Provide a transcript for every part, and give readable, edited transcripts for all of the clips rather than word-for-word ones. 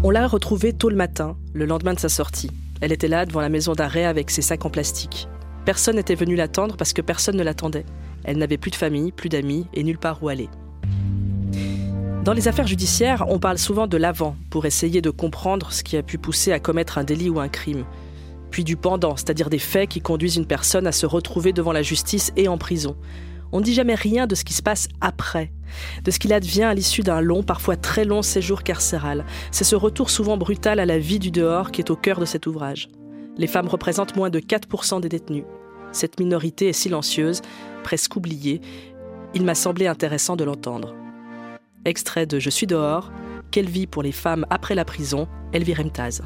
On l'a retrouvée tôt le matin, le lendemain de sa sortie. Elle était là devant la maison d'arrêt avec ses sacs en plastique. Personne n'était venu l'attendre parce que personne ne l'attendait. Elle n'avait plus de famille, plus d'amis et nulle part où aller. Dans les affaires judiciaires, on parle souvent de l'avant pour essayer de comprendre ce qui a pu pousser à commettre un délit ou un crime. Puis du pendant, c'est-à-dire des faits qui conduisent une personne à se retrouver devant la justice et en prison. On ne dit jamais rien de ce qui se passe après, de ce qu'il advient à l'issue d'un long, parfois très long séjour carcéral. C'est ce retour souvent brutal à la vie du dehors qui est au cœur de cet ouvrage. Les femmes représentent moins de 4% des détenus. Cette minorité est silencieuse, presque oubliée. Il m'a semblé intéressant de l'entendre. Extrait de Je suis dehors, quelle vie pour les femmes après la prison, Elvire Emtaz.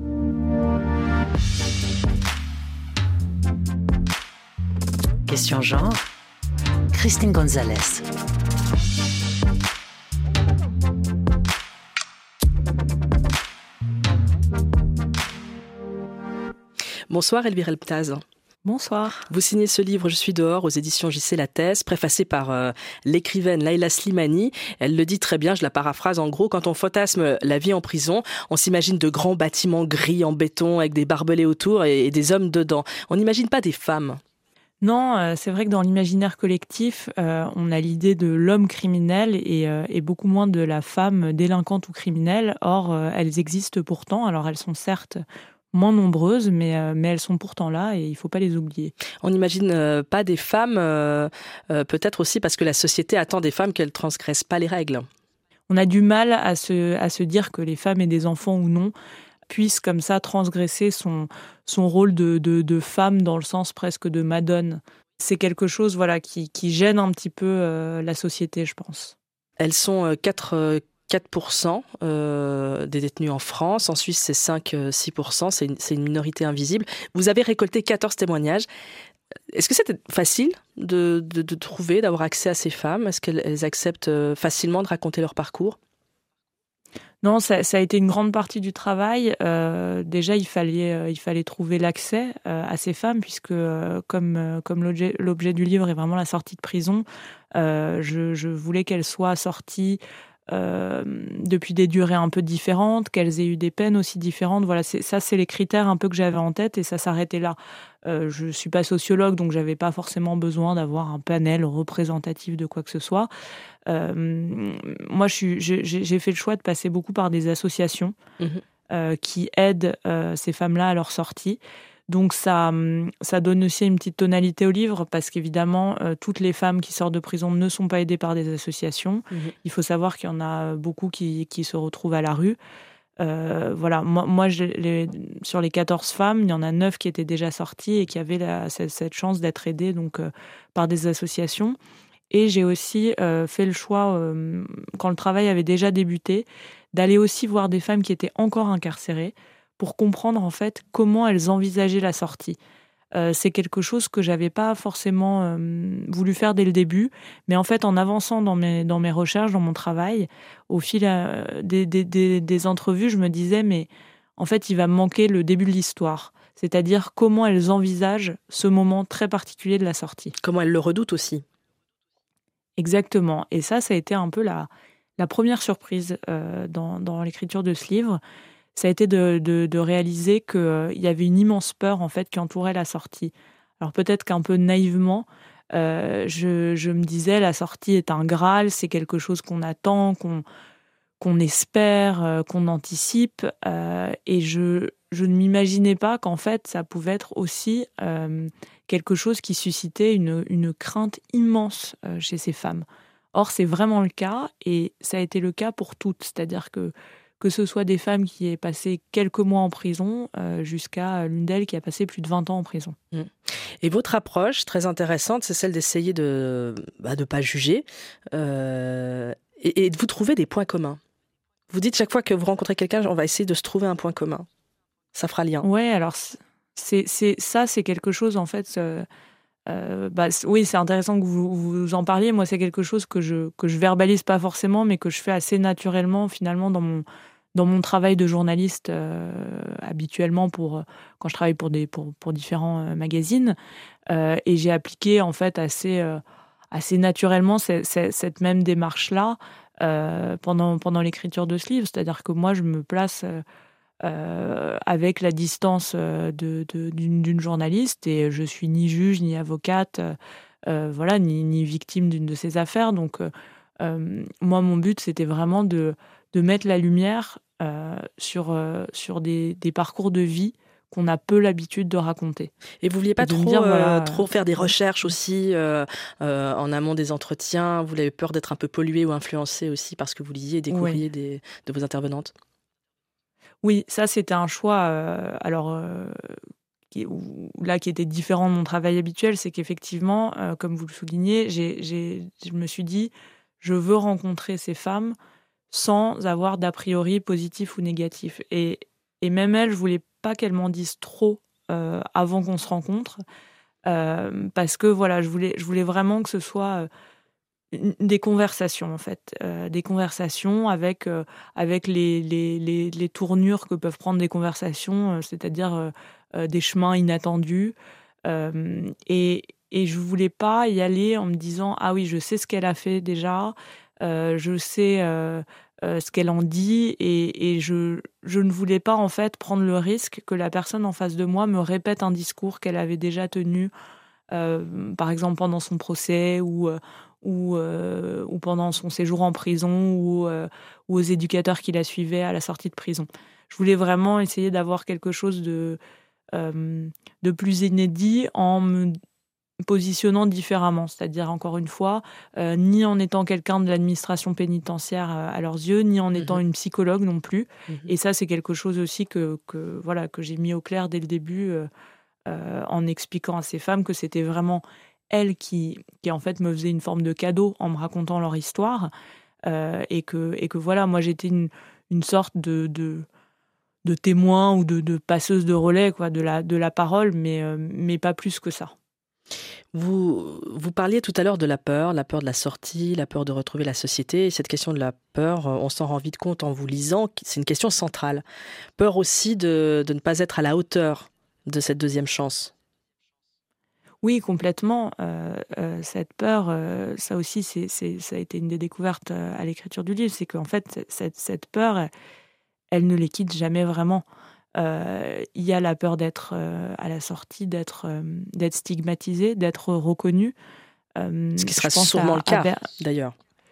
Question genre, Christine Gonzalez. Bonsoir Elvire Emtaz. Bonsoir. Vous signez ce livre « Je suis dehors » aux éditions JC Lattès, préfacé par l'écrivaine Laïla Slimani. Elle le dit très bien, je la paraphrase en gros. Quand on fantasme la vie en prison, on s'imagine de grands bâtiments gris en béton avec des barbelés autour et des hommes dedans. On n'imagine pas des femmes. Non, c'est vrai que dans l'imaginaire collectif, on a l'idée de l'homme criminel et beaucoup moins de la femme délinquante ou criminelle. Or, elles existent pourtant. Alors, elles sont certes moins nombreuses, mais elles sont pourtant là et il ne faut pas les oublier. On n'imagine pas des femmes, peut-être aussi parce que la société attend des femmes qu'elles ne transgressent pas les règles. On a du mal à se dire que les femmes aient des enfants ou non puissent comme ça transgresser son rôle de femme dans le sens presque de madone. C'est quelque chose voilà, qui gêne un petit peu la société, je pense. Elles sont 4% des détenus en France. En Suisse, c'est 5-6%. C'est une minorité invisible. Vous avez récolté 14 témoignages. Est-ce que c'était facile de trouver, d'avoir accès à ces femmes ? Est-ce qu'elles acceptent facilement de raconter leur parcours ? Non, ça a été une grande partie du travail. Déjà, il fallait trouver l'accès à ces femmes, puisque comme l'objet du livre est vraiment la sortie de prison, je voulais qu'elles soient sorties depuis des durées un peu différentes, qu'elles aient eu des peines aussi différentes. Voilà, c'est les critères un peu que j'avais en tête et ça s'arrêtait là. Je ne suis pas sociologue, donc je n'avais pas forcément besoin d'avoir un panel représentatif de quoi que ce soit. Moi, j'ai fait le choix de passer beaucoup par des associations qui aident ces femmes-là à leur sortie. Donc ça donne aussi une petite tonalité au livre parce qu'évidemment, toutes les femmes qui sortent de prison ne sont pas aidées par des associations. Il faut savoir qu'il y en a beaucoup qui se retrouvent à la rue. Voilà, moi sur les 14 femmes, il y en a 9 qui étaient déjà sorties et qui avaient cette chance d'être aidées donc, par des associations. Et j'ai aussi fait le choix, quand le travail avait déjà débuté, d'aller aussi voir des femmes qui étaient encore incarcérées pour comprendre en fait comment elles envisageaient la sortie. C'est quelque chose que j'avais pas forcément voulu faire dès le début, mais en fait en avançant dans mes recherches, dans mon travail, au fil des entrevues, je me disais mais en fait il va me manquer le début de l'histoire, c'est-à-dire comment elles envisagent ce moment très particulier de la sortie. Comment elles le redoutent aussi. Exactement, et ça a été un peu la première surprise dans l'écriture de ce livre. Ça a été de réaliser qu'il y avait une immense peur en fait qui entourait la sortie. Alors peut-être qu'un peu naïvement, je me disais la sortie est un Graal, c'est quelque chose qu'on attend, qu'on espère, qu'on anticipe, et je ne m'imaginais pas qu'en fait ça pouvait être aussi quelque chose qui suscitait une crainte immense chez ces femmes. Or c'est vraiment le cas et ça a été le cas pour toutes, c'est-à-dire que ce soit des femmes qui aient passé quelques mois en prison jusqu'à l'une d'elles qui a passé plus de 20 ans en prison. Et votre approche, très intéressante, c'est celle d'essayer de pas juger et de vous trouver des points communs. Vous dites chaque fois que vous rencontrez quelqu'un, on va essayer de se trouver un point commun. Ça fera lien. Ouais, alors c'est quelque chose en fait... oui, c'est intéressant que vous en parliez. Moi, c'est quelque chose que je verbalise pas forcément, mais que je fais assez naturellement finalement dans mon travail de journaliste habituellement quand je travaille pour différents magazines. Et j'ai appliqué en fait assez naturellement cette même démarche-là pendant l'écriture de ce livre. C'est-à-dire que moi, je me place avec la distance d'une journaliste, et je suis ni juge, ni avocate, voilà, ni victime d'une de ces affaires. Donc, moi, mon but, c'était vraiment de mettre la lumière sur des parcours de vie qu'on a peu l'habitude de raconter. Et vous vouliez pas trop, dire, voilà, trop faire des recherches aussi en amont des entretiens? Vous avez peur d'être un peu pollué ou influencé aussi parce que vous lisiez et découvriez de vos intervenantes? Oui, ça c'était un choix, qui était différent de mon travail habituel. C'est qu'effectivement, comme vous le soulignez, je me suis dit: «Je veux rencontrer ces femmes sans avoir d'a priori positif ou négatif», et même elles, je voulais pas qu'elles m'en disent trop, avant qu'on se rencontre, parce que voilà, je voulais vraiment que ce soit, des conversations, en fait, des conversations avec les tournures que peuvent prendre des conversations, c'est-à-dire, des chemins inattendus, et je voulais pas y aller en me disant: «Ah oui, je sais ce qu'elle a fait déjà, je sais, ce qu'elle en dit», et je ne voulais pas, en fait, prendre le risque que la personne en face de moi me répète un discours qu'elle avait déjà tenu, par exemple pendant son procès, ou pendant son séjour en prison, ou aux éducateurs qui la suivaient à la sortie de prison. Je voulais vraiment essayer d'avoir quelque chose de plus inédit en me positionnant différemment. C'est-à-dire, encore une fois, ni en étant quelqu'un de l'administration pénitentiaire à leurs yeux, ni en étant une psychologue non plus. Et ça, c'est quelque chose aussi que j'ai mis au clair dès le début, en expliquant à ces femmes que c'était vraiment elles qui en fait me faisaient une forme de cadeau en me racontant leur histoire, et que voilà, moi j'étais une sorte de témoin ou de passeuse de relais, quoi, de la parole, mais pas plus que ça. Vous parliez tout à l'heure de la peur de la sortie, la peur de retrouver la société. Et cette question de la peur, on s'en rend vite compte en vous lisant, c'est une question centrale. Peur aussi de ne pas être à la hauteur de cette deuxième chance. Oui, complètement. Cette peur, ça aussi, ça a été une des découvertes à l'écriture du livre, c'est qu'en fait, cette peur, elle ne les quitte jamais vraiment. Il y a la peur d'être, à la sortie, d'être stigmatisé, d'être reconnu. Ce qui sera sûrement le cas, d'ailleurs.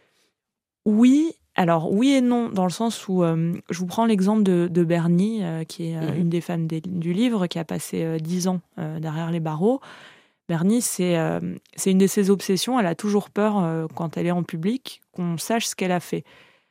Oui, alors oui et non, dans le sens où, je vous prends l'exemple de Bernie, qui est une des femmes du livre, qui a passé 10 ans derrière les barreaux. Bernie, c'est une de ses obsessions. Elle a toujours peur, quand elle est en public, qu'on sache ce qu'elle a fait.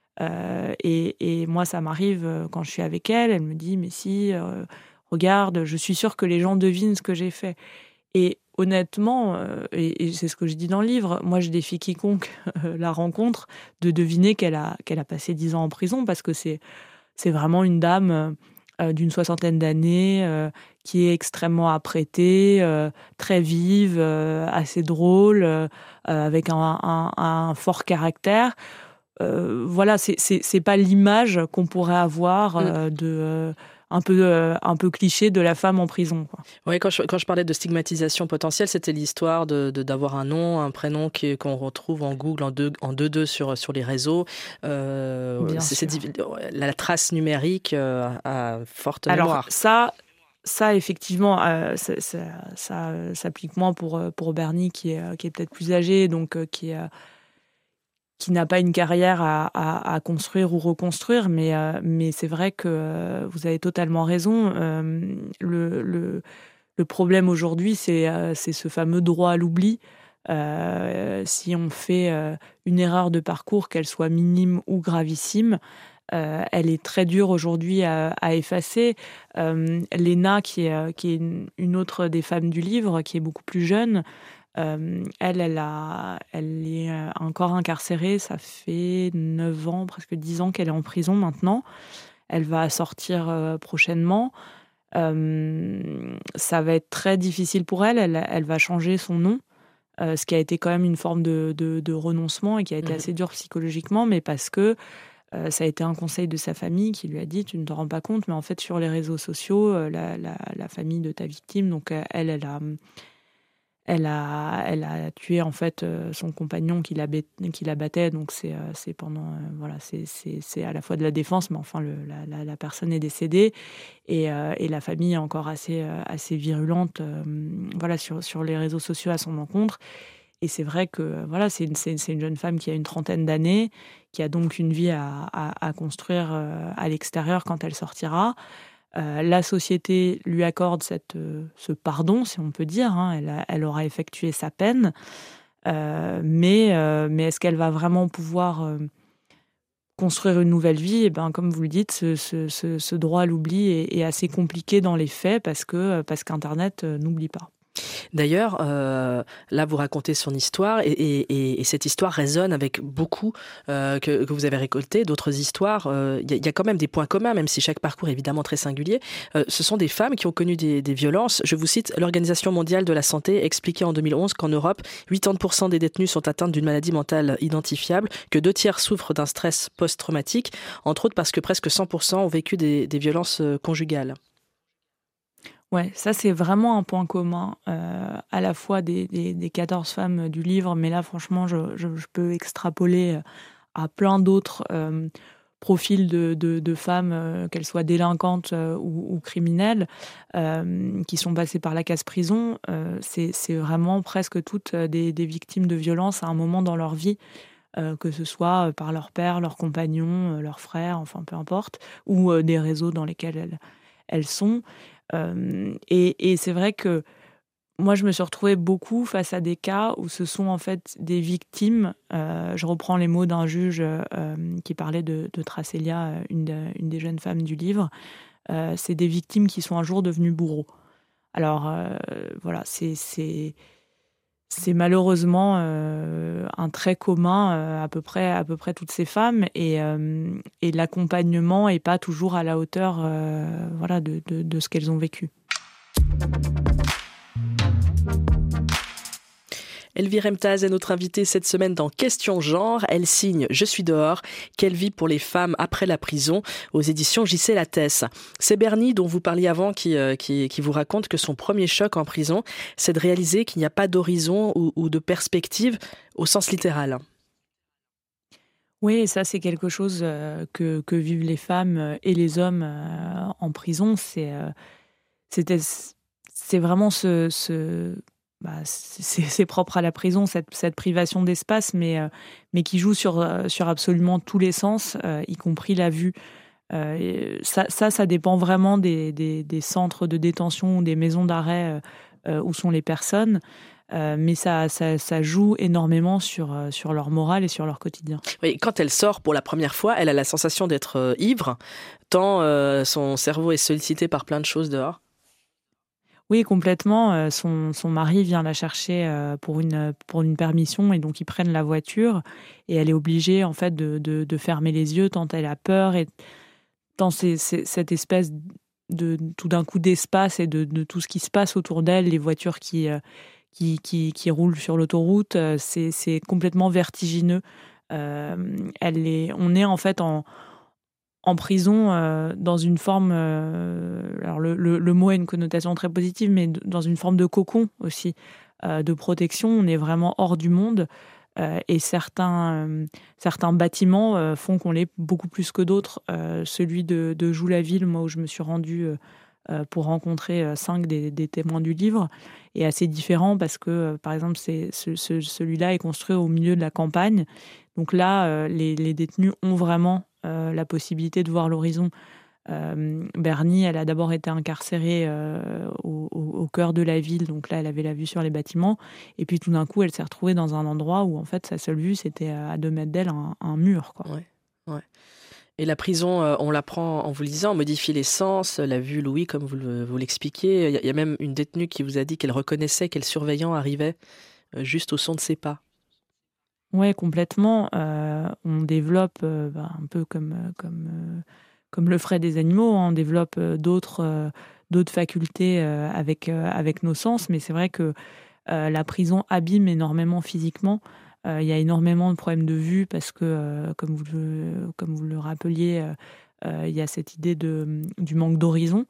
Et moi, ça m'arrive, quand je suis avec elle, elle me dit: «Mais si, regarde, je suis sûre que les gens devinent ce que j'ai fait». Et honnêtement, et c'est ce que je dis dans le livre, moi je défie quiconque la rencontre de deviner qu'elle a passé 10 ans en prison, parce que c'est vraiment une dame d'une 60aine d'années, qui est extrêmement apprêtée, très vive, assez drôle, avec un fort caractère. Voilà, c'est pas l'image qu'on pourrait avoir, un peu cliché de la femme en prison, quoi. Oui, quand je parlais de stigmatisation potentielle, c'était l'histoire d'avoir un nom, un prénom qu'on retrouve en Google en 2 sur les réseaux. La trace numérique a forte mémoire. Alors ça effectivement, ça s'applique moins pour Bernie, qui est peut-être plus âgé, donc qui n'a pas une carrière à construire ou reconstruire, mais c'est vrai que vous avez totalement raison. Le problème aujourd'hui, c'est ce fameux droit à l'oubli. Si on fait une erreur de parcours, qu'elle soit minime ou gravissime, elle est très dure aujourd'hui à effacer. Léna, qui est une autre des femmes du livre, qui est beaucoup plus jeune, elle est encore incarcérée. Ça fait 9 ans, presque 10 ans qu'elle est en prison maintenant. Elle va sortir prochainement. Ça va être très difficile pour elle. Elle va changer son nom, ce qui a été quand même une forme de renoncement, et qui a été assez dur psychologiquement, mais parce que ça a été un conseil de sa famille qui lui a dit: «Tu ne te rends pas compte, mais en fait, sur les réseaux sociaux, la famille de ta victime», donc Elle a tué en fait son compagnon qui la battait, donc c'est pendant voilà, c'est à la fois de la défense, mais enfin la personne est décédée et la famille est encore assez virulente, voilà, sur les réseaux sociaux à son encontre. Et c'est vrai que voilà, c'est une jeune femme qui a une trentaine d'années, qui a donc une vie à construire à l'extérieur quand elle sortira. La société lui accorde ce pardon, si on peut dire, hein. Elle aura effectué sa peine, mais est-ce qu'elle va vraiment pouvoir construire une nouvelle vie? Eh ben, comme vous le dites, ce droit à l'oubli est assez compliqué dans les faits parce qu'Internet n'oublie pas. D'ailleurs, là, vous racontez son histoire et cette histoire résonne avec beaucoup que vous avez récolté, d'autres histoires. Il y a quand même des points communs, même si chaque parcours est évidemment très singulier. Ce sont des femmes qui ont connu des violences. Je vous cite, l'Organisation mondiale de la santé expliquait en 2011 qu'en Europe, 80% des détenues sont atteintes d'une maladie mentale identifiable, que 2/3 souffrent d'un stress post-traumatique, entre autres parce que presque 100% ont vécu des violences conjugales. Ouais, ça c'est vraiment un point commun, à la fois des 14 femmes du livre, mais là franchement je peux extrapoler, à plein d'autres, profils de femmes, qu'elles soient délinquantes, ou criminelles, qui sont passées par la case prison. C'est vraiment presque toutes, des victimes de violences à un moment dans leur vie, que ce soit, par leur père, leur compagnon, leur frère, enfin peu importe, ou, des réseaux dans lesquels elles sont. Et c'est vrai que moi, je me suis retrouvée beaucoup face à des cas où ce sont en fait des victimes. Je reprends les mots d'un juge qui parlait de Tracelia, une des jeunes femmes du livre. C'est des victimes qui sont un jour devenues bourreaux. Alors voilà, c'est malheureusement un trait commun à peu près toutes ces femmes et l'accompagnement n'est pas toujours à la hauteur voilà, de ce qu'elles ont vécu. Elvire Emtaz est notre invitée cette semaine dans Question Genre. Elle signe Je suis dehors, quelle vie pour les femmes après la prison aux éditions J.C. Lattès. C'est Bernie dont vous parliez avant qui vous raconte que son premier choc en prison, c'est de réaliser qu'il n'y a pas d'horizon ou de perspective au sens littéral. Oui, et ça c'est quelque chose que vivent les femmes et les hommes en prison. C'est vraiment c'est propre à la prison, cette privation d'espace, mais qui joue sur absolument tous les sens, y compris la vue. Ça dépend vraiment des centres de détention ou des maisons d'arrêt où sont les personnes. Mais ça joue énormément sur leur morale et sur leur quotidien. Oui, quand elle sort pour la première fois, elle a la sensation d'être ivre, tant son cerveau est sollicité par plein de choses dehors. Oui, complètement. Son mari vient la chercher pour une permission et donc ils prennent la voiture et elle est obligée en fait de fermer les yeux tant elle a peur et dans cette espèce de tout d'un coup d'espace et de tout ce qui se passe autour d'elle, les voitures qui roulent sur l'autoroute, c'est complètement vertigineux. On est en fait en prison dans une forme, alors le mot a une connotation très positive, mais dans une forme de cocon aussi, de protection. On est vraiment hors du monde et certains bâtiments font qu'on l'est beaucoup plus que d'autres. Celui de Joux-la-Ville, moi où je me suis rendue pour rencontrer 5 des témoins du livre, est assez différent parce que, par exemple, celui-là est construit au milieu de la campagne. Donc là, les détenus ont vraiment la possibilité de voir l'horizon. Bernie, elle a d'abord été incarcérée au cœur de la ville, donc là, elle avait la vue sur les bâtiments. Et puis tout d'un coup, elle s'est retrouvée dans un endroit où, en fait, sa seule vue, c'était à 2 mètres d'elle, un mur, quoi. Ouais. Et la prison, on l'apprend en vous lisant, modifie les sens, la vue, l'ouïe, comme vous l'expliquiez. Il y a même une détenue qui vous a dit qu'elle reconnaissait quel surveillant arrivait juste au son de ses pas. Oui, complètement. On développe un peu comme le feraient des animaux, hein. On développe d'autres facultés avec nos sens, mais c'est vrai que la prison abîme énormément physiquement. Il y a énormément de problèmes de vue parce que, comme vous le rappeliez, il y a cette idée du manque d'horizon.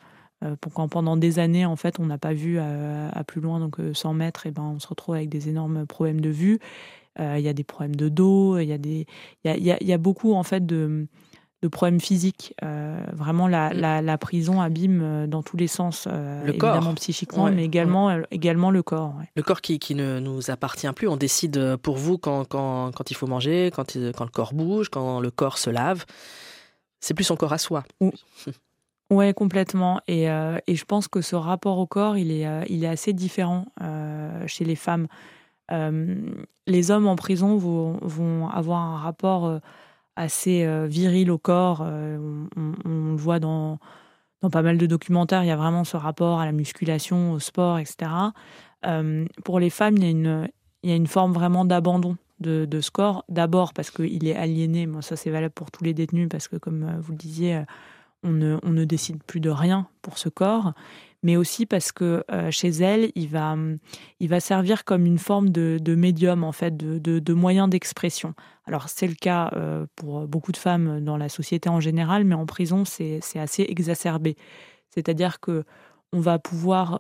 Pendant des années, en fait, on n'a pas vu à plus loin, donc 100 mètres, et ben, on se retrouve avec des énormes problèmes de vue. Il y a des problèmes de dos, il y a beaucoup, en fait, de problèmes physiques. Vraiment, la prison abîme dans tous les sens, évidemment psychiquement, mais également le corps. Ouais. Le corps qui ne nous appartient plus. On décide pour vous quand il faut manger, quand le corps bouge, quand le corps se lave. C'est plus son corps à soi. Ouais, complètement. Et je pense que ce rapport au corps, il est assez différent chez les femmes. Les hommes en prison vont avoir un rapport assez viril au corps. On le voit dans pas mal de documentaires. Il y a vraiment ce rapport à la musculation, au sport, etc. Pour les femmes, il y a une forme vraiment d'abandon de ce corps. D'abord parce qu'il est aliéné. Bon, ça, c'est valable pour tous les détenus parce que, comme vous le disiez, on ne décide plus de rien pour ce corps, mais aussi parce que chez elle, il va servir comme une forme de médium, en fait, de moyen d'expression. Alors, c'est le cas pour beaucoup de femmes dans la société en général, mais en prison, c'est assez exacerbé. C'est-à-dire qu'on va pouvoir,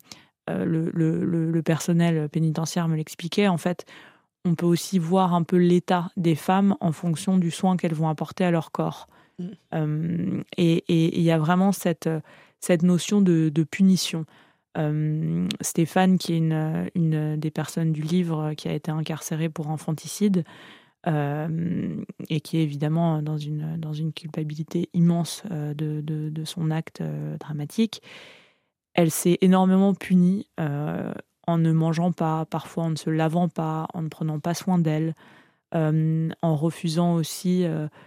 le personnel pénitentiaire me l'expliquait, en fait, on peut aussi voir un peu l'état des femmes en fonction du soin qu'elles vont apporter à leur corps. Et il y a vraiment cette notion de punition. Stéphane, qui est une des personnes du livre qui a été incarcérée pour infanticide et qui est évidemment dans une culpabilité immense de son acte dramatique, elle s'est énormément punie en ne mangeant pas, parfois en ne se lavant pas, en ne prenant pas soin d'elle, en refusant aussi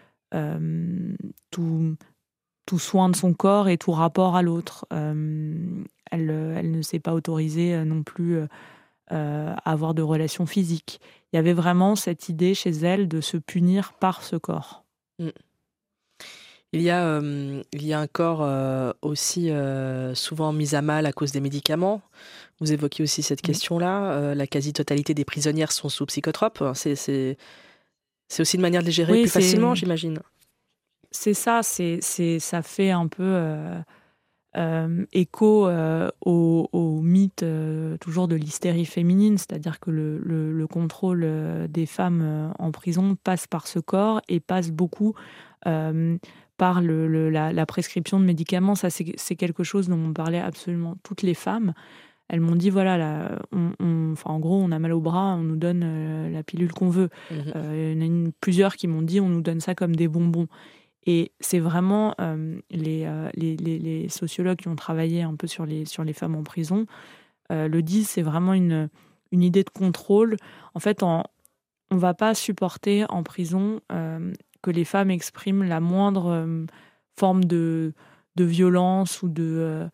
tout soin de son corps et tout rapport à l'autre. Elle ne s'est pas autorisée non plus à avoir de relations physiques. Il y avait vraiment cette idée chez elle de se punir par ce corps. Il y a un corps aussi souvent mis à mal à cause des médicaments. Vous évoquez aussi cette question-là. La quasi-totalité des prisonnières sont sous psychotropes. C'est aussi une manière de les gérer plus facilement, j'imagine. C'est ça, ça fait un peu écho au mythe toujours de l'hystérie féminine, c'est-à-dire que le contrôle des femmes en prison passe par ce corps et passe beaucoup par la prescription de médicaments. Ça, c'est quelque chose dont m'ont parlé absolument toutes les femmes. Elles m'ont dit, voilà, en gros, on a mal au bras, on nous donne la pilule qu'on veut. Il y en a plusieurs qui m'ont dit, on nous donne ça comme des bonbons. Et c'est vraiment les sociologues qui ont travaillé un peu sur les femmes en prison le disent, c'est vraiment une idée de contrôle. En fait, on ne va pas supporter en prison que les femmes expriment la moindre forme de violence ou de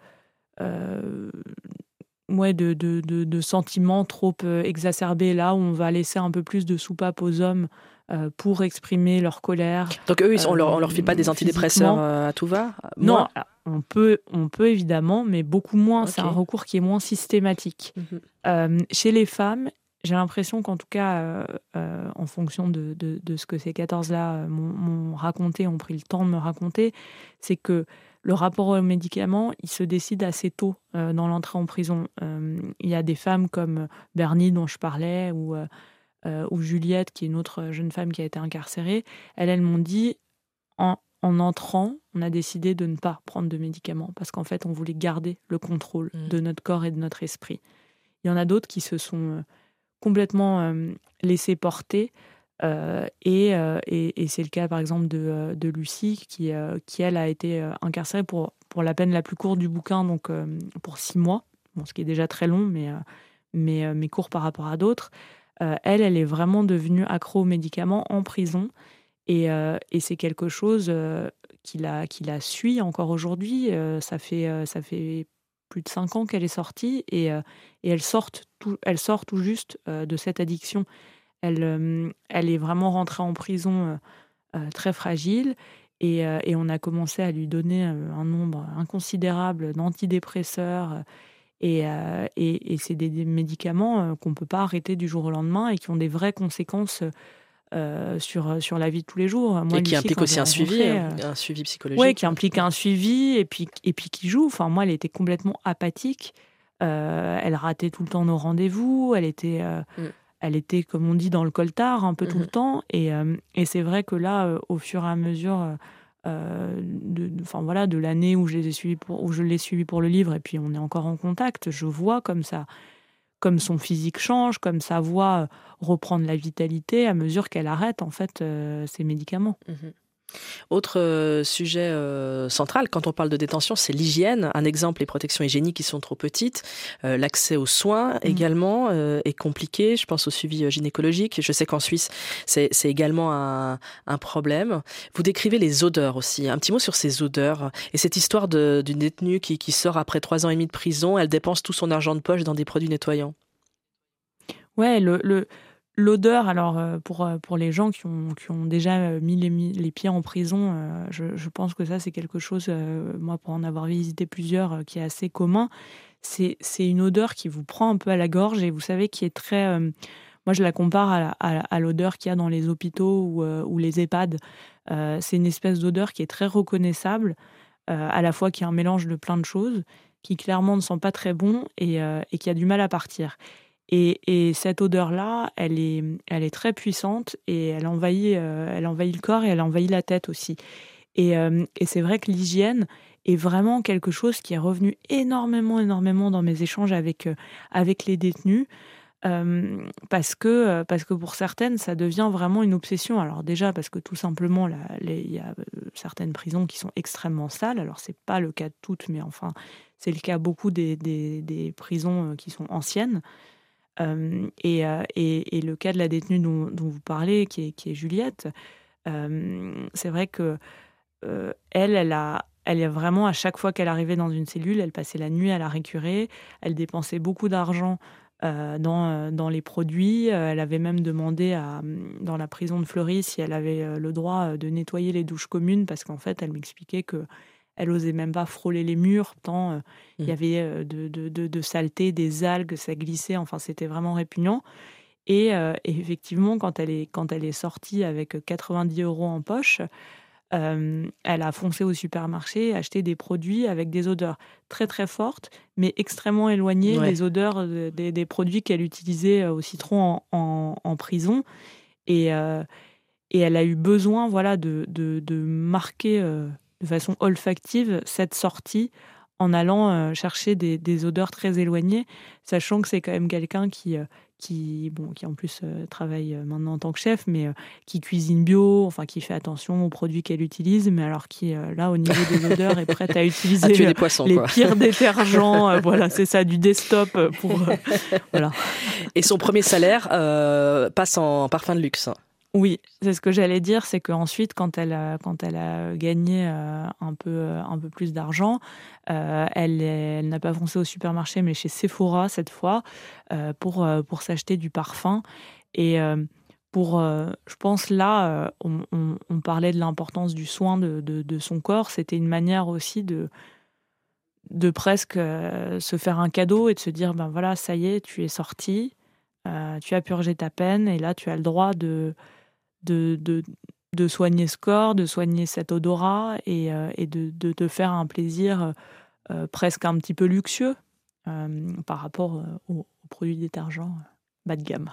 sentiments trop exacerbés, là où on va laisser un peu plus de soupape aux hommes pour exprimer leur colère. Donc eux, on leur file pas des antidépresseurs à tout va? Non, on peut évidemment, mais beaucoup moins. Okay. C'est un recours qui est moins systématique. Chez les femmes, j'ai l'impression qu'en tout cas, en fonction de ce que ces 14-là m'ont raconté, ont pris le temps de me raconter, c'est que le rapport aux médicaments, il se décide assez tôt dans l'entrée en prison. Il y a des femmes comme Bernie, dont je parlais, ou Juliette, qui est une autre jeune femme qui a été incarcérée. Elles m'ont dit, en entrant, on a décidé de ne pas prendre de médicaments parce qu'en fait, on voulait garder le contrôle de notre corps et de notre esprit. Il y en a d'autres qui se sont complètement laissées porter et c'est le cas, par exemple, de Lucie qui elle, a été incarcérée pour la peine la plus courte du bouquin, donc pour 6 mois, ce qui est déjà très long, mais court par rapport à d'autres. Elle est vraiment devenue accro aux médicaments en prison et c'est quelque chose qui la suit encore aujourd'hui. Ça fait plus de 5 ans qu'elle est sortie et elle sort tout juste de cette addiction. Elle est vraiment rentrée en prison très fragile et on a commencé à lui donner un nombre inconsidérable d'antidépresseurs. Et c'est des médicaments qu'on ne peut pas arrêter du jour au lendemain et qui ont des vraies conséquences sur la vie de tous les jours. Moi, et qui Lucie, implique quand aussi j'ai un suivi, rencontré, un suivi psychologique. ouais, qui implique un suivi et puis qui joue. Enfin, moi, elle était complètement apathique. Elle ratait tout le temps nos rendez-vous. Elle était, comme on dit, dans le coltard un peu tout le temps. Et c'est vrai que là, au fur et à mesure de l'année où je l'ai suivi pour le livre, et puis on est encore en contact, je vois comme son physique change, comme sa voix reprendre la vitalité à mesure qu'elle arrête en fait ses médicaments. Autre sujet central quand on parle de détention, c'est l'hygiène. Un exemple, les protections hygiéniques qui sont trop petites. L'accès aux soins également est compliqué. Je pense au suivi gynécologique. Je sais qu'en Suisse, c'est également un problème. Vous décrivez les odeurs aussi. Un petit mot sur ces odeurs. Et cette histoire d'une détenue qui sort après 3 ans et demi de prison, elle dépense tout son argent de poche dans des produits nettoyants. Ouais, l'odeur, alors pour les gens qui ont déjà mis les pieds en prison, je pense que ça c'est quelque chose, moi pour en avoir visité plusieurs, qui est assez commun. C'est une odeur qui vous prend un peu à la gorge et vous savez qui est très... moi je la compare à l'odeur qu'il y a dans les hôpitaux ou les EHPAD. C'est une espèce d'odeur qui est très reconnaissable, à la fois qui est un mélange de plein de choses, qui clairement ne sent pas très bon et qui a du mal à partir. Et cette odeur-là, elle est très puissante et elle envahit le corps et elle envahit la tête aussi. Et c'est vrai que l'hygiène est vraiment quelque chose qui est revenu énormément dans mes échanges avec les détenus. Parce que pour certaines, ça devient vraiment une obsession. Alors déjà, parce que tout simplement, il y a certaines prisons qui sont extrêmement sales. Alors, c'est pas le cas de toutes, mais enfin, c'est le cas beaucoup des prisons qui sont anciennes. Et le cas de la détenue dont vous parlez, qui est Juliette, c'est vrai que elle est vraiment, à chaque fois qu'elle arrivait dans une cellule, elle passait la nuit à la récurer, elle dépensait beaucoup d'argent dans les produits. Elle avait même demandé dans la prison de Fleury si elle avait le droit de nettoyer les douches communes, parce qu'en fait, elle m'expliquait qu'elle osait même pas frôler les murs, tant il y avait de saleté, des algues, ça glissait, enfin c'était vraiment répugnant. Et effectivement, quand elle est sortie avec 90 € en poche, elle a foncé au supermarché, acheté des produits avec des odeurs très très fortes, mais extrêmement éloignées des odeurs des produits qu'elle utilisait au citron en prison. Et elle a eu besoin, voilà, de marquer de façon olfactive cette sortie en allant chercher des odeurs très éloignées, sachant que c'est quand même quelqu'un qui en plus travaille maintenant en tant que chef, mais qui cuisine bio, enfin qui fait attention aux produits qu'elle utilise, mais alors qui, là, au niveau des odeurs, est prête à utiliser les poissons, les pires détergents. Voilà, c'est ça, du Destop pour... voilà. Et son premier salaire passe en parfum de luxe. Oui, c'est ce que j'allais dire, c'est qu'ensuite, quand elle a gagné un peu plus d'argent, elle n'a pas foncé au supermarché, mais chez Sephora cette fois, pour s'acheter du parfum. Et je pense là, on parlait de l'importance du soin de son corps. C'était une manière aussi de presque se faire un cadeau et de se dire, ben voilà, ça y est, tu es sorti, tu as purgé ta peine, et là, tu as le droit de soigner ce corps, de soigner cet odorat et de te faire un plaisir presque un petit peu luxueux par rapport aux produits détergents bas de gamme.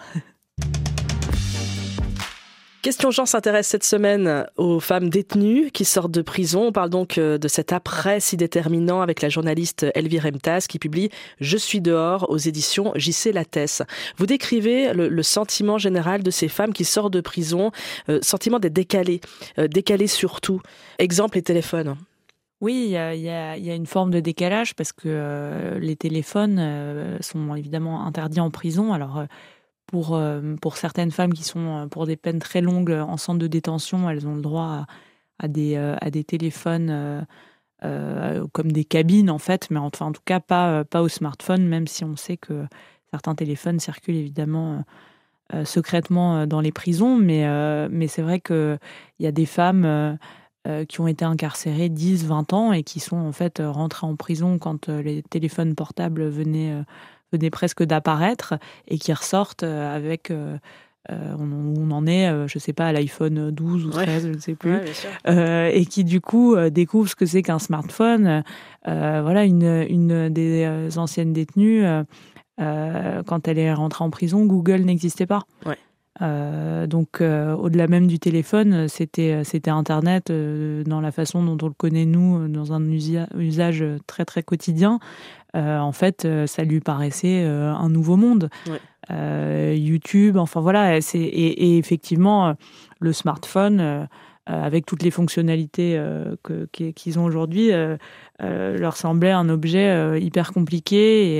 Question Jean s'intéresse cette semaine aux femmes détenues qui sortent de prison. On parle donc de cet après si déterminant avec la journaliste Elvire Emtas qui publie « Je suis dehors » aux éditions J.C. Lattès. Vous décrivez le sentiment général de ces femmes qui sortent de prison, sentiment d'être décalées surtout. Exemple, les téléphones. Oui, il y a une forme de décalage parce que les téléphones sont évidemment interdits en prison. Alors, pour certaines femmes qui sont pour des peines très longues en centre de détention, elles ont le droit à des téléphones comme des cabines en fait, mais enfin en tout cas pas au smartphone, même si on sait que certains téléphones circulent évidemment secrètement dans les prisons, mais c'est vrai qu'il y a des femmes qui ont été incarcérées 10, 20 ans et qui sont en fait rentrées en prison quand les téléphones portables venaient presque d'apparaître et qui ressortent avec on en est, je sais pas, à l'iPhone 12 ou 13, je ne sais plus, bien sûr. Et qui du coup découvre ce que c'est qu'un smartphone. Voilà, une des anciennes détenues, quand elle est rentrée en prison, Google n'existait pas. Ouais. Donc au-delà même du téléphone, c'était Internet dans la façon dont on le connaît nous, dans un usage très très quotidien. En fait, ça lui paraissait un nouveau monde. Ouais. YouTube, enfin voilà, et effectivement le smartphone, avec toutes les fonctionnalités qu'ils ont aujourd'hui, leur semblait un objet hyper compliqué,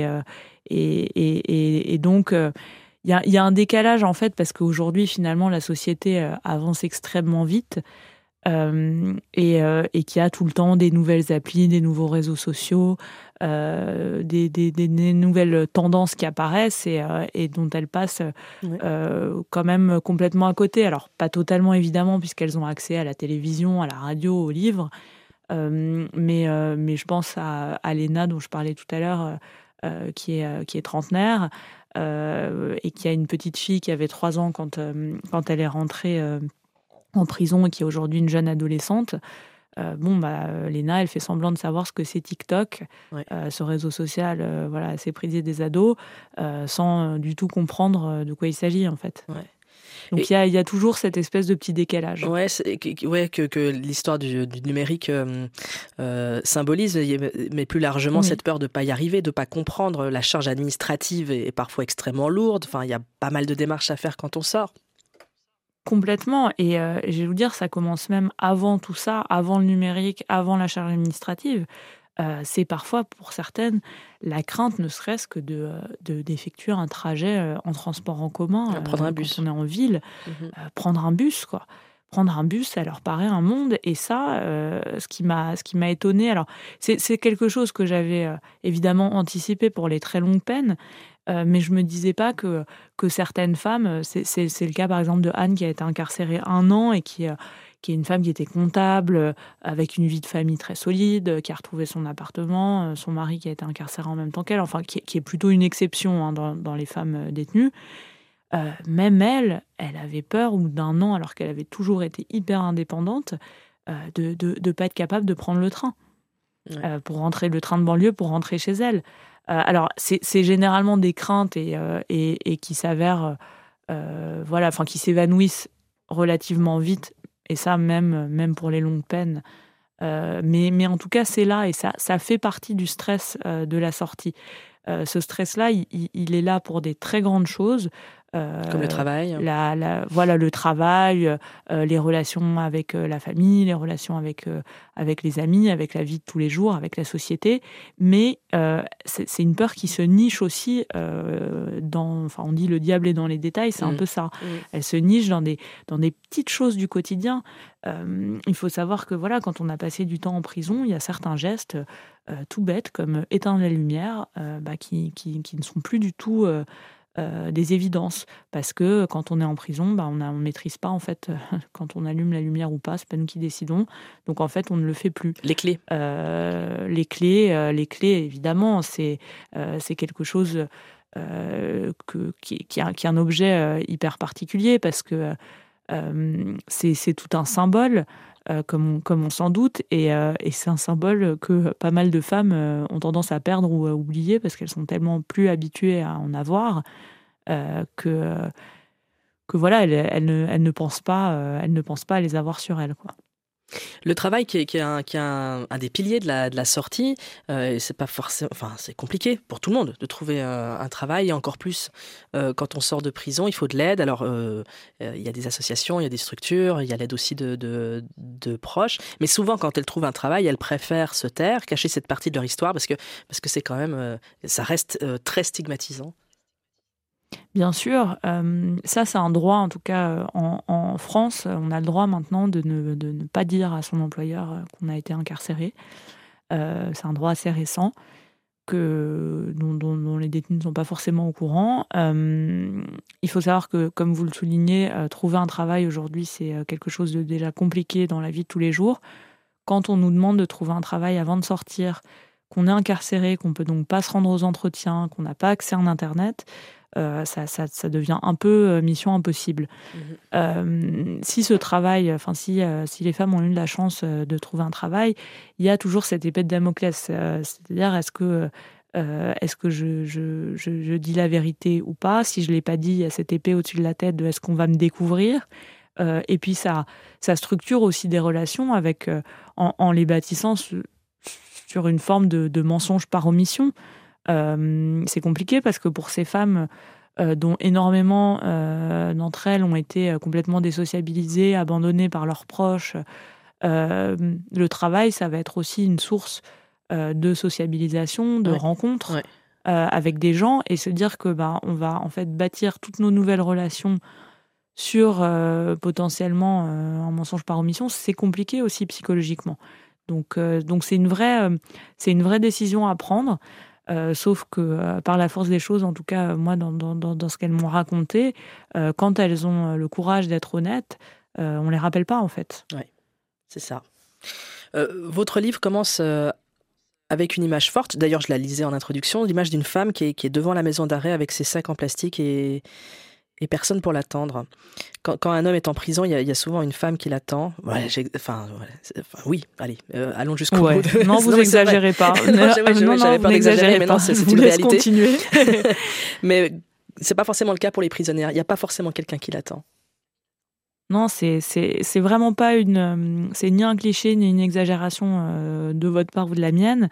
et donc il y a un décalage en fait, parce qu'aujourd'hui finalement la société avance extrêmement vite, et qu'il y a tout le temps des nouvelles applis, des nouveaux réseaux sociaux, des nouvelles tendances qui apparaissent, et dont elles passent quand même complètement à côté. Alors pas totalement évidemment, puisqu'elles ont accès à la télévision, à la radio, aux livres, mais je pense à Léna dont je parlais tout à l'heure, qui est trentenaire, et qui a une petite fille qui avait 3 ans quand elle est rentrée en prison, et qui est aujourd'hui une jeune adolescente. Léna, elle fait semblant de savoir ce que c'est TikTok, ce réseau social assez prisé des ados, sans du tout comprendre de quoi il s'agit en fait. Ouais. Donc il y a toujours cette espèce de petit décalage. Que l'histoire du numérique symbolise, mais plus largement cette peur de ne pas y arriver, de ne pas comprendre. La charge administrative est parfois extrêmement lourde. Enfin, il y a pas mal de démarches à faire quand on sort. Complètement. Et je vais vous dire, ça commence même avant tout ça, avant le numérique, avant la charge administrative. C'est parfois, pour certaines, la crainte, ne serait-ce que d'effectuer un trajet en transport en commun, prendre un bus. Quand on est en ville. Prendre un bus, quoi. Prendre un bus, ça leur paraît un monde. Et ça, ce qui m'a étonnée, alors c'est quelque chose que j'avais évidemment anticipé pour les très longues peines, mais je me disais pas que certaines femmes, c'est le cas par exemple de Anne, qui a été incarcérée 1 an, et qui est une femme qui était comptable, avec une vie de famille très solide, qui a retrouvé son appartement, son mari qui a été incarcéré en même temps qu'elle, enfin qui est plutôt une exception dans les femmes détenues. Même elle avait peur, au bout d'1 an, alors qu'elle avait toujours été hyper indépendante, de pas être capable de prendre le train. Pour rentrer, le train de banlieue, pour rentrer chez elle. Alors, c'est généralement des craintes et qui s'avèrent, qui s'évanouissent relativement vite, et ça, même pour les longues peines. Mais en tout cas, c'est là, et ça fait partie du stress de la sortie. Ce stress-là, il est là pour des très grandes choses. Comme le travail. Le travail, les relations avec la famille, les relations avec les amis, avec la vie de tous les jours, avec la société. Mais c'est une peur qui se niche aussi on dit le diable est dans les détails, c'est un peu ça. Elle se niche dans des petites choses du quotidien. Il faut savoir que quand on a passé du temps en prison, il y a certains gestes tout bêtes, comme éteindre la lumière, qui ne sont plus du tout des évidences, parce que quand on est en prison, on maîtrise pas en fait quand on allume la lumière ou pas, c'est pas nous qui décidons, donc en fait on ne le fait plus. Les clés, évidemment, c'est quelque chose qui est un objet hyper particulier, parce que c'est tout un symbole, comme on s'en doute, et c'est un symbole que pas mal de femmes ont tendance à perdre ou à oublier, parce qu'elles sont tellement plus habituées à en avoir que elles ne pensent pas à les avoir sur elles, quoi. Le travail qui est un des piliers de la sortie, c'est pas forcément, c'est compliqué pour tout le monde de trouver un travail, et encore plus quand on sort de prison, il faut de l'aide. Alors il y a des associations, il y a des structures, il y a l'aide aussi de proches, mais souvent quand elles trouvent un travail, elles préfèrent se taire, cacher cette partie de leur histoire, parce que c'est quand même, ça reste très stigmatisant. Bien sûr, ça c'est un droit, en tout cas en France, on a le droit maintenant de ne pas dire à son employeur qu'on a été incarcéré. C'est un droit assez récent dont les détenus ne sont pas forcément au courant. Il faut savoir que, comme vous le soulignez, trouver un travail aujourd'hui, c'est quelque chose de déjà compliqué dans la vie de tous les jours. Quand on nous demande de trouver un travail avant de sortir, qu'on est incarcéré, qu'on peut donc pas se rendre aux entretiens, qu'on n'a pas accès à Internet, ça devient un peu mission impossible. Si ce travail, si les femmes ont eu la chance de trouver un travail, il y a toujours cette épée de Damoclès. C'est-à-dire, est-ce que je dis la vérité ou pas? Si je ne l'ai pas dit, il y a cette épée au-dessus de la tête de est-ce qu'on va me découvrir? Et puis ça structure aussi des relations avec, en les bâtissant sur une forme de mensonge par omission. C'est compliqué parce que pour ces femmes dont énormément d'entre elles ont été complètement désociabilisées, abandonnées par leurs proches, le travail, ça va être aussi une source de sociabilisation, de rencontres avec des gens, et se dire que on va en fait bâtir toutes nos nouvelles relations sur potentiellement un mensonge par omission, c'est compliqué aussi psychologiquement. Donc c'est une vraie décision à prendre. Sauf que par la force des choses, en tout cas moi dans ce qu'elles m'ont raconté, quand elles ont le courage d'être honnêtes, on les rappelle pas en fait. Oui, c'est ça. Votre livre commence avec une image forte, d'ailleurs je la lisais en introduction, l'image d'une femme qui est devant la maison d'arrêt avec ses sacs en plastique et personne pour l'attendre. Quand un homme est en prison, il y a souvent une femme qui l'attend. Oui, allez, allons jusqu'au bout. Non, vous n'exagérez pas. J'avais pas d'exagérer, mais non, c'est une réalité. Continuer. Mais c'est pas forcément le cas pour les prisonnières. Il n'y a pas forcément quelqu'un qui l'attend. Non, c'est vraiment pas c'est ni un cliché ni une exagération de votre part ou de la mienne.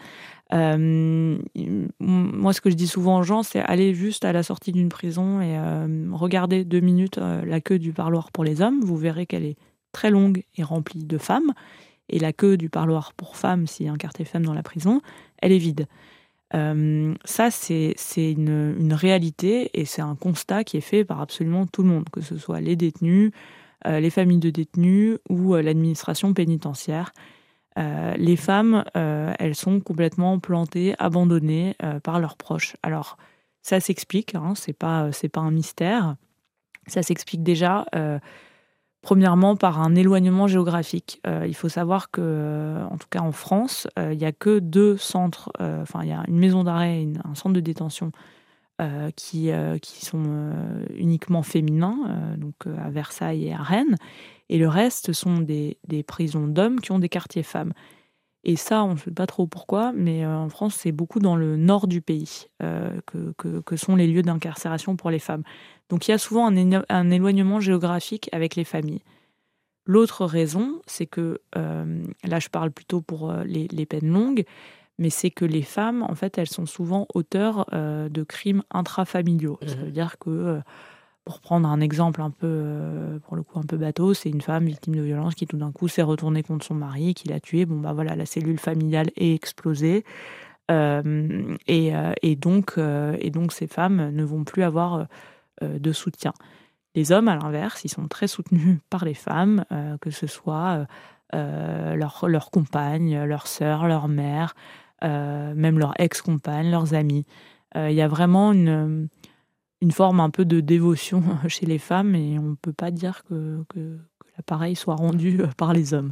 Moi, ce que je dis souvent aux gens, c'est aller juste à la sortie d'une prison et regarder 2 minutes la queue du parloir pour les hommes. Vous verrez qu'elle est très longue et remplie de femmes. Et la queue du parloir pour femmes, s'il y a un quartier femmes dans la prison, elle est vide. Ça, c'est une réalité et c'est un constat qui est fait par absolument tout le monde, que ce soit les détenus, les familles de détenus ou l'administration pénitentiaire. Les femmes, elles sont complètement plantées, abandonnées par leurs proches. Alors, ça s'explique, c'est pas un mystère. Ça s'explique déjà, premièrement, par un éloignement géographique. Il faut savoir que, en tout cas en France, il n'y a que 2 centres, il y a une maison d'arrêt et un centre de détention qui sont uniquement féminins, donc à Versailles et à Rennes. Et le reste sont des prisons d'hommes qui ont des quartiers femmes. Et ça, on ne sait pas trop pourquoi, mais en France, c'est beaucoup dans le nord du pays que sont les lieux d'incarcération pour les femmes. Donc il y a souvent un éloignement géographique avec les familles. L'autre raison, c'est que, là je parle plutôt pour les peines longues, mais c'est que les femmes, en fait, elles sont souvent auteurs de crimes intrafamiliaux. Ça veut dire que... Pour prendre un exemple un peu, pour le coup, un peu bateau, c'est une femme victime de violence qui tout d'un coup s'est retournée contre son mari, qui l'a tué. La cellule familiale est explosée. Et donc, ces femmes ne vont plus avoir de soutien. Les hommes, à l'inverse, ils sont très soutenus par les femmes, que ce soit leurs compagnes, leurs sœurs, leurs mères, même leurs ex-compagnes, leurs amis. Il y a vraiment une forme un peu de dévotion chez les femmes et on ne peut pas dire que l'appareil soit rendu par les hommes.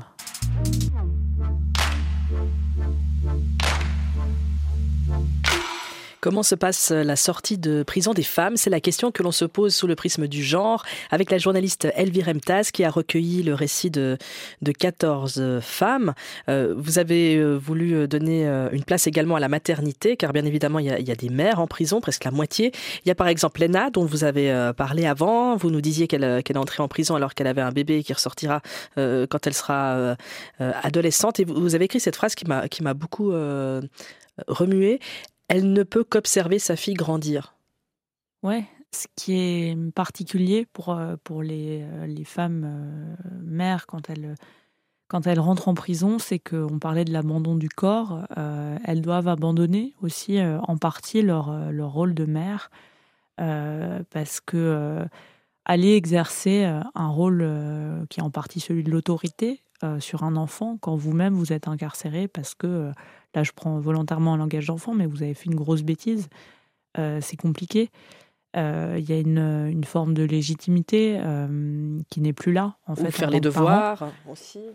Comment se passe la sortie de prison des femmes? C'est la question que l'on se pose sous le prisme du genre, avec la journaliste Elvire Emtaz qui a recueilli le récit de 14 femmes. Vous avez voulu donner une place également à la maternité, car bien évidemment il y a des mères en prison, presque la moitié. Il y a par exemple Léna, dont vous avez parlé avant. Vous nous disiez qu'elle est entrée en prison alors qu'elle avait un bébé qui ressortira quand elle sera adolescente. Et vous avez écrit cette phrase qui m'a beaucoup remuée. Elle ne peut qu'observer sa fille grandir. Ouais, ce qui est particulier pour les femmes mères quand elles rentrent en prison, c'est qu'on parlait de l'abandon du corps. Elles doivent abandonner aussi en partie leur rôle de mère parce que aller exercer un rôle qui est en partie celui de l'autorité sur un enfant quand vous-même vous êtes incarcéré parce que là, je prends volontairement un langage d'enfant, mais vous avez fait une grosse bêtise. C'est compliqué. Il y a une forme de légitimité qui n'est plus là. En fait, faire les devoirs aussi.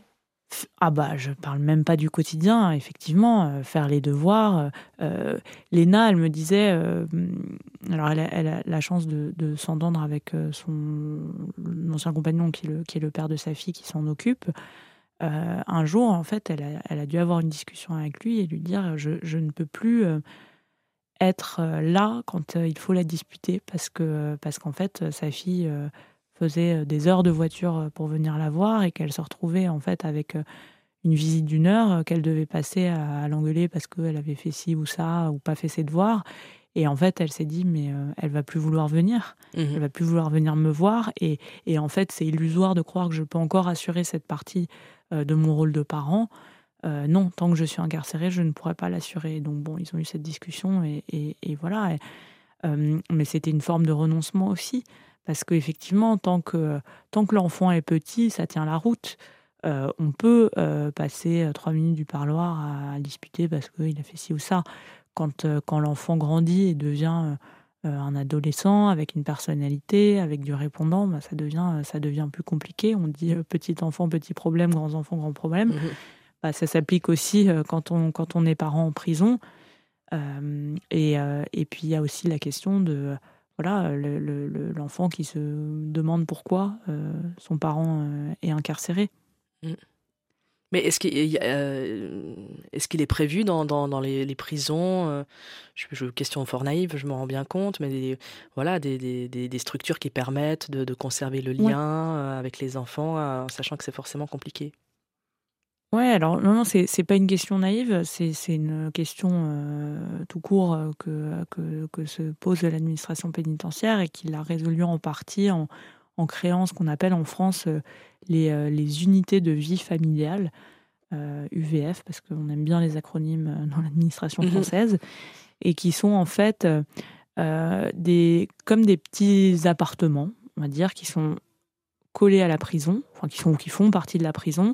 Je parle même pas du quotidien, effectivement, faire les devoirs. Léna, elle me disait, alors elle a la chance de s'entendre avec son ancien compagnon qui est le père de sa fille qui s'en occupe. Un jour, en fait, elle a dû avoir une discussion avec lui et lui dire je ne peux plus être là quand il faut la disputer parce qu'en fait, sa fille faisait des heures de voiture pour venir la voir et qu'elle se retrouvait en fait avec une visite d'1 heure qu'elle devait passer à l'engueuler parce qu'elle avait fait ci ou ça ou pas fait ses devoirs. Et en fait, elle s'est dit, mais elle va plus vouloir venir. Elle va plus vouloir venir me voir. Et en fait, c'est illusoire de croire que je peux encore assurer cette partie de mon rôle de parent. Non, tant que je suis incarcérée, je ne pourrais pas l'assurer. Donc bon, ils ont eu cette discussion et voilà. Mais c'était une forme de renoncement aussi. Parce qu'effectivement, tant que l'enfant est petit, ça tient la route. On peut passer 3 minutes du parloir à discuter parce qu'il a fait ci ou ça. Quand l'enfant grandit et devient un adolescent avec une personnalité, avec du répondant, ça devient plus compliqué. On dit petit enfant, petit problème, grands enfants, grand problème. Ça s'applique aussi quand on est parent en prison. Et puis il y a aussi la question de l'enfant qui se demande pourquoi son parent est incarcéré. Mais est-ce qu'il est prévu dans les prisons, question fort naïve, je m'en rends bien compte, mais des structures qui permettent de conserver le lien avec les enfants, en sachant que c'est forcément compliqué. Ouais, alors non, c'est pas une question naïve, c'est une question tout court que se pose l'administration pénitentiaire et qu'il a résolu en partie en créant ce qu'on appelle en France les unités de vie familiale, UVF, parce qu'on aime bien les acronymes dans l'administration française, et qui sont en fait comme des petits appartements, on va dire, qui sont collés à la prison, qui font partie de la prison,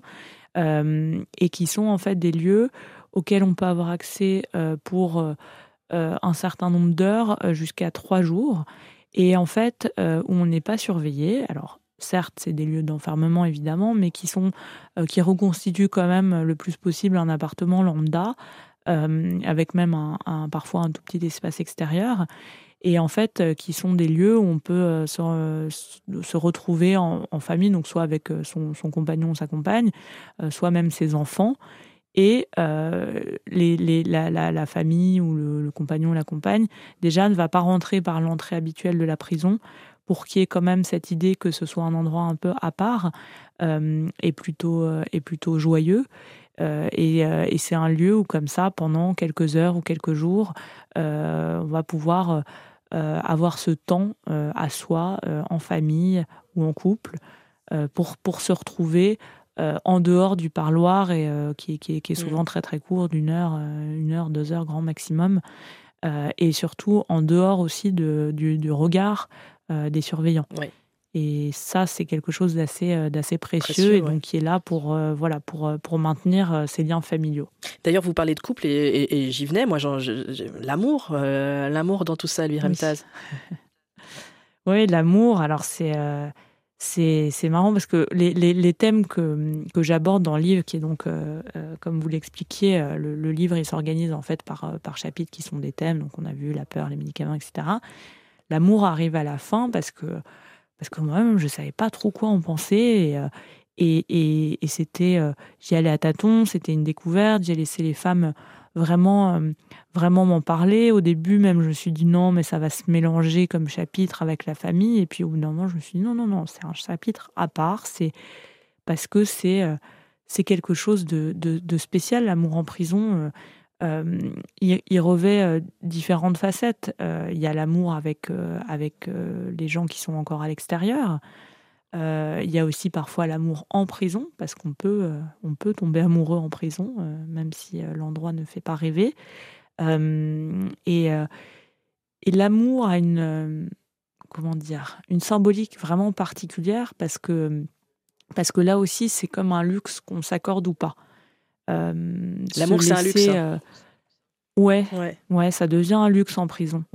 et qui sont en fait des lieux auxquels on peut avoir accès pour un certain nombre d'heures, jusqu'à 3 jours, et en fait où on n'est pas surveillé. Alors certes, c'est des lieux d'enfermement évidemment, mais qui reconstituent quand même le plus possible un appartement lambda, avec même parfois un tout petit espace extérieur. Et en fait, qui sont des lieux où on peut se retrouver en famille, donc soit avec son compagnon ou sa compagne, soit même ses enfants. Et la famille ou le compagnon ou la compagne, déjà, ne va pas rentrer par l'entrée habituelle de la prison pour qu'il y ait quand même cette idée que ce soit un endroit un peu à part et plutôt joyeux. Et c'est un lieu où, comme ça, pendant quelques heures ou quelques jours, on va pouvoir avoir ce temps à soi, en famille ou en couple, pour se retrouver en dehors du parloir, et qui est souvent très très court, d'1 heure, 2 heures grand maximum, et surtout en dehors aussi du regard des surveillants. Oui. Et ça, c'est quelque chose d'assez précieux, et donc qui est là pour maintenir ces liens familiaux. D'ailleurs, vous parlez de couple, et j'y venais, moi, l'amour dans tout ça, Elvire Emtaz. Oui, l'amour, alors c'est marrant parce que les thèmes que j'aborde dans le livre, qui est donc, comme vous l'expliquiez, le livre, il s'organise en fait par chapitres qui sont des thèmes, donc on a vu la peur, les médicaments, etc. L'amour arrive à la fin parce que moi-même, je ne savais pas trop quoi en penser. Et c'était, j'y allais à tâtons, c'était une découverte. J'ai laissé les femmes vraiment m'en parler. Au début, même, je me suis dit non, mais ça va se mélanger comme chapitre avec la famille. Et puis au bout d'un moment, je me suis dit non, c'est un chapitre à part. C'est parce que c'est quelque chose de spécial, l'amour en prison. Il revêt différentes facettes. Il y a l'amour avec les gens qui sont encore à l'extérieur. Il y a aussi parfois l'amour en prison, parce qu'on peut tomber amoureux en prison, même si l'endroit ne fait pas rêver. Et l'amour a une symbolique vraiment particulière, parce que là aussi, c'est comme un luxe qu'on s'accorde ou pas. L'amour, c'est un luxe. Ouais, ça devient un luxe en prison. Ouais.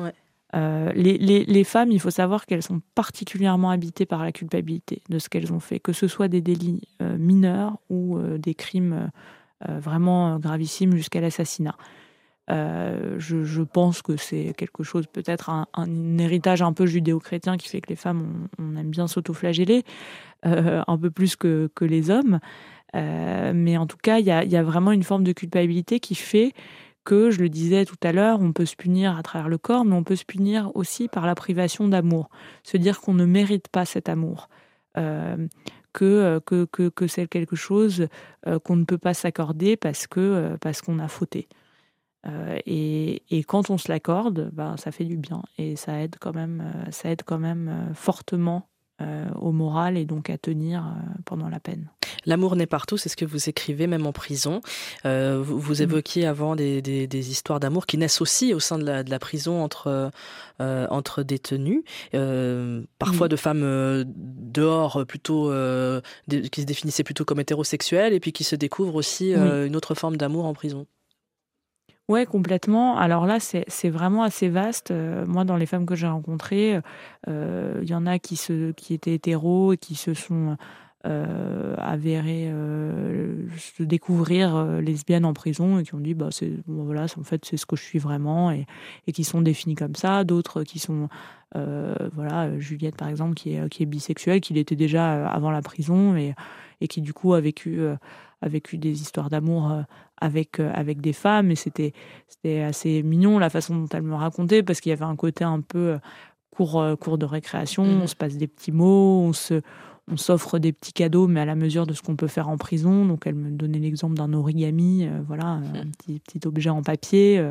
Les femmes, il faut savoir qu'elles sont particulièrement habitées par la culpabilité de ce qu'elles ont fait, que ce soit des délits mineurs ou des crimes vraiment gravissimes jusqu'à l'assassinat. Je pense que c'est quelque chose, peut-être un héritage un peu judéo-chrétien qui fait que les femmes, on aime bien s'autoflageller, un peu plus que les hommes. Mais en tout cas, il y a vraiment une forme de culpabilité qui fait que, je le disais tout à l'heure, on peut se punir à travers le corps, mais on peut se punir aussi par la privation d'amour. Se dire qu'on ne mérite pas cet amour. Que c'est quelque chose qu'on ne peut pas s'accorder parce qu'on a fauté. Et quand on se l'accorde, ça fait du bien et ça aide quand même fortement au moral et donc à tenir pendant la peine. L'amour naît partout, c'est ce que vous écrivez, même en prison. Vous évoquiez avant des histoires d'amour qui naissent aussi au sein de la prison entre détenus, parfois de femmes dehors plutôt qui se définissaient plutôt comme hétérosexuelles et puis qui se découvrent aussi une autre forme d'amour en prison. Ouais, complètement. Alors là, c'est vraiment assez vaste. Moi, dans les femmes que j'ai rencontrées, il y en a qui étaient hétéros et qui se sont avérées se découvrir lesbiennes en prison et qui ont dit voilà, en fait, c'est ce que je suis vraiment et qui sont définies comme ça. D'autres qui sont voilà, Juliette par exemple, qui est bisexuelle, qui l'était déjà avant la prison et qui du coup a vécu des histoires d'amour avec des femmes, et c'était assez mignon la façon dont elle me racontait, parce qu'il y avait un côté un peu cours de récréation, on se passe des petits mots, on s'offre des petits cadeaux, mais à la mesure de ce qu'on peut faire en prison. Donc elle me donnait l'exemple d'un origami, voilà, un petit objet en papier.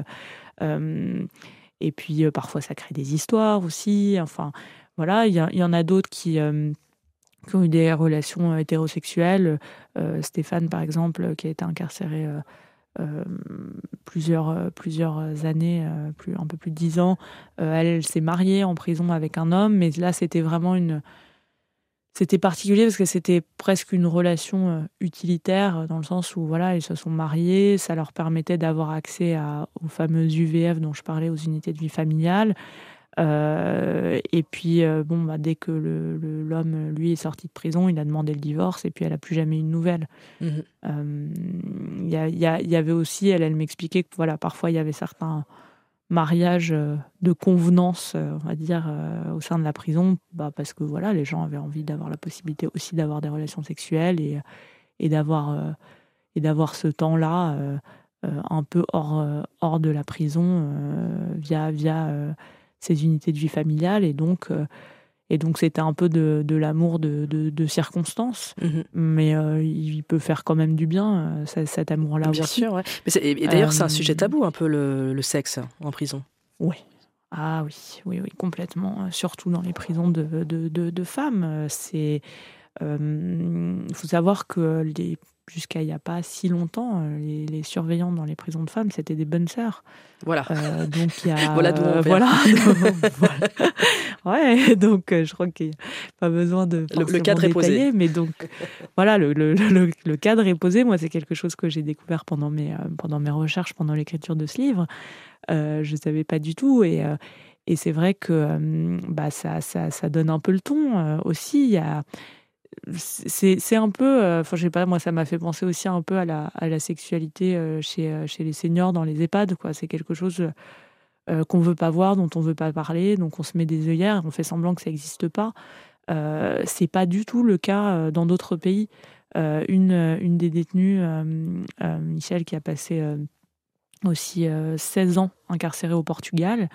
Et puis parfois ça crée des histoires aussi. Enfin voilà, il y en a d'autres qui ont eu des relations hétérosexuelles. Stéphane, par exemple, qui a été incarcéré plusieurs années, un peu plus de 10 ans. Elle s'est mariée en prison avec un homme, mais là, c'était vraiment c'était particulier parce que c'était presque une relation utilitaire, dans le sens où voilà, ils se sont mariés, ça leur permettait d'avoir accès aux fameuses UVF dont je parlais, aux unités de vie familiale. Et puis, dès que l'homme, lui, est sorti de prison, il a demandé le divorce et puis elle n'a plus jamais eu de nouvelles. Il y avait aussi, elle m'expliquait que voilà, parfois il y avait certains mariages de convenance, on va dire, au sein de la prison, parce que voilà, les gens avaient envie d'avoir la possibilité aussi d'avoir des relations sexuelles et d'avoir ce temps-là un peu hors de la prison via ces unités de vie familiale, et donc c'était un peu de l'amour de circonstance, mais il peut faire quand même du bien, cet amour-là. Bien aussi. sûr, ouais. Mais et d'ailleurs, c'est un sujet tabou, un peu le sexe en prison. Oui. Ah oui, complètement. Surtout dans les prisons de femmes. Il faut savoir que jusqu'à il n'y a pas si longtemps, les surveillants dans les prisons de femmes, c'était des bonnes sœurs. Voilà. Donc il y a voilà d'où on vient. Voilà. Ouais, donc je crois qu'il n'y a pas besoin de le cadre est posé. Mais donc voilà, le cadre est posé. Moi, c'est quelque chose que j'ai découvert pendant mes recherches, pendant l'écriture de ce livre. Je savais pas du tout, et c'est vrai que ça donne un peu le ton aussi. Il y a c'est un peu, je sais pas, moi ça m'a fait penser aussi un peu à la sexualité chez les seniors dans les EHPAD, quoi. C'est quelque chose qu'on veut pas voir, dont on veut pas parler, donc on se met des œillères, on fait semblant que ça n'existe pas. C'est pas du tout le cas dans d'autres pays. Une des détenues, Michel, qui a passé aussi 16 ans incarcérée au Portugal,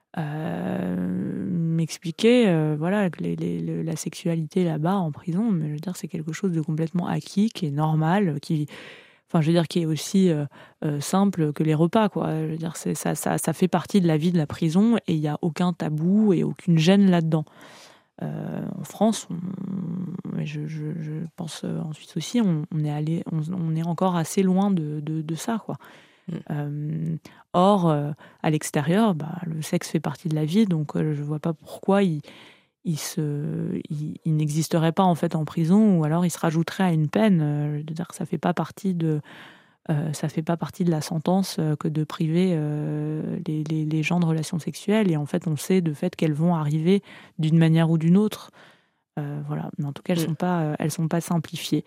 m'expliquait voilà, que la sexualité là-bas en prison, mais je veux dire, c'est quelque chose de complètement acquis, qui est normal, qui est aussi simple que les repas, quoi. Je veux dire, ça fait partie de la vie de la prison, et il n'y a aucun tabou et aucune gêne là-dedans. En France, mais je pense en Suisse aussi, on est encore assez loin de ça, quoi. Or, à l'extérieur, le sexe fait partie de la vie, donc je vois pas pourquoi il n'existerait pas en fait en prison, ou alors il se rajouterait à une peine. Je veux dire, ça fait pas partie de ça fait pas partie de la sentence que de priver les gens de relations sexuelles. Et en fait, on sait de fait qu'elles vont arriver d'une manière ou d'une autre. Voilà. Mais en tout cas, elles sont pas simplifiées.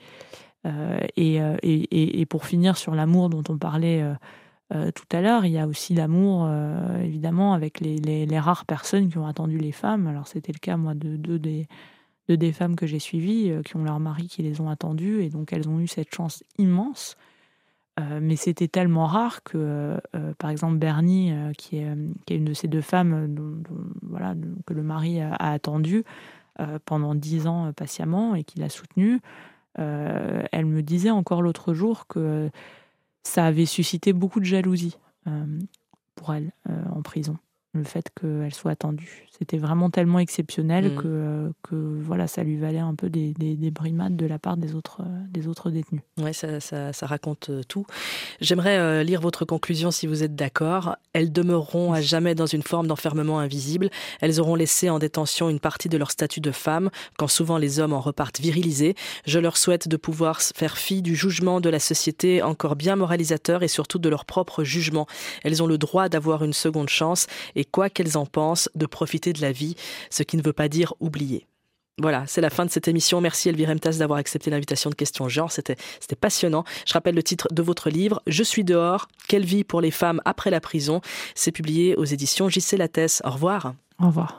Et pour finir sur l'amour dont on parlait tout à l'heure, il y a aussi l'amour, évidemment, avec les rares personnes qui ont attendu les femmes. Alors, c'était le cas, moi, de des femmes que j'ai suivies, qui ont leur mari qui les ont attendues, et donc elles ont eu cette chance immense. Mais c'était tellement rare que, par exemple, Bernie, qui est une de ces deux femmes que le mari a attendu pendant 10 ans patiemment et qui l'a soutenue, elle me disait encore l'autre jour que ça avait suscité beaucoup de jalousie pour elle en prison, le fait qu'elle soit attendue. C'était vraiment tellement exceptionnel que voilà, ça lui valait un peu des brimades de la part des autres détenus. Oui, ça raconte tout. J'aimerais lire votre conclusion si vous êtes d'accord. Elles demeureront à jamais dans une forme d'enfermement invisible. Elles auront laissé en détention une partie de leur statut de femme, quand souvent les hommes en repartent virilisés. Je leur souhaite de pouvoir faire fi du jugement de la société encore bien moralisateur et surtout de leur propre jugement. Elles ont le droit d'avoir une seconde chance et quoi qu'elles en pensent, de profiter de la vie, ce qui ne veut pas dire oublier. Voilà, c'est la fin de cette émission. Merci Elvire Emtas d'avoir accepté l'invitation de Question Genre. C'était passionnant. Je rappelle le titre de votre livre, Je suis dehors, quelle vie pour les femmes après la prison. C'est publié aux éditions J.C. Lattès. Au revoir. Au revoir.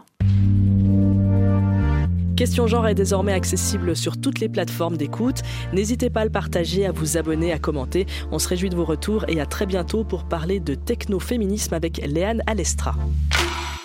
Question Genre est désormais accessible sur toutes les plateformes d'écoute. N'hésitez pas à le partager, à vous abonner, à commenter. On se réjouit de vos retours et à très bientôt pour parler de techno-féminisme avec Léane Alestra.